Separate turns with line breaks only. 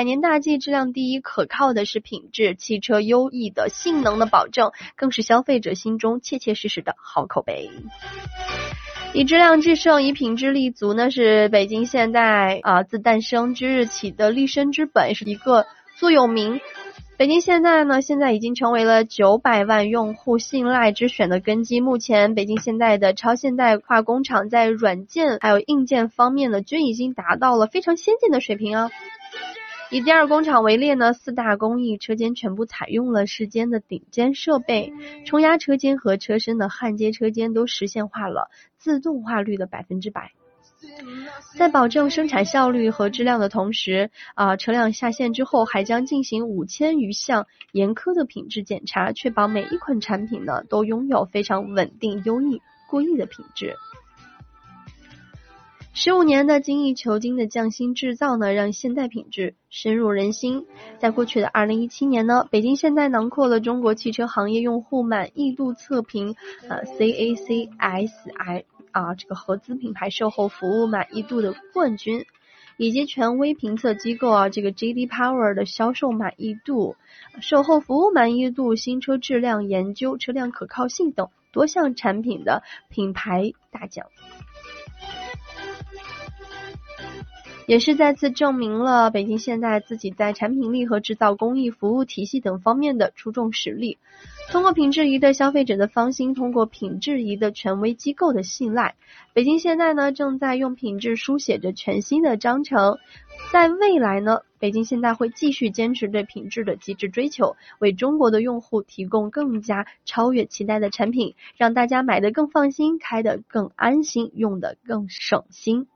百年大计，质量第一，可靠的是品质，汽车优异的性能的保证，更是消费者心中切切实实的好口碑。以质量制胜，以品质立足呢，是北京现代自诞生之日起的立身之本，是一个座右铭。北京现代呢，现在已经成为了900万用户信赖之选的根基。目前，北京现代的超现代化工厂在软件还有硬件方面呢，均已经达到了非常先进的水平啊。以第二工厂为例呢，4大工艺车间全部采用了世间的顶尖设备，冲压车间和车身的焊接车间都实现化了自动化率的100%。在保证生产效率和质量的同时，车辆下线之后还将进行5000余项严苛的品质检查，确保每一款产品呢都拥有非常稳定、优异、过硬的品质。15年的精益求精的匠心制造呢，让现代品质深入人心。在过去的2017年呢，北京现代囊括了中国汽车行业用户满意度测评CACSI 这个合资品牌售后服务满意度的冠军，以及权威评测机构这个 JD Power 的销售满意度、售后服务满意度、新车质量研究、车辆可靠性等多项产品的品牌大奖。也是再次证明了北京现代自己在产品力和制造工艺、服务体系等方面的出众实力。通过品质仪的消费者的放心，通过品质仪的权威机构的信赖，北京现代呢正在用品质书写着全新的章程。在未来呢，北京现代会继续坚持对品质的极致追求，为中国的用户提供更加超越期待的产品，让大家买得更放心，开得更安心，用得更省心。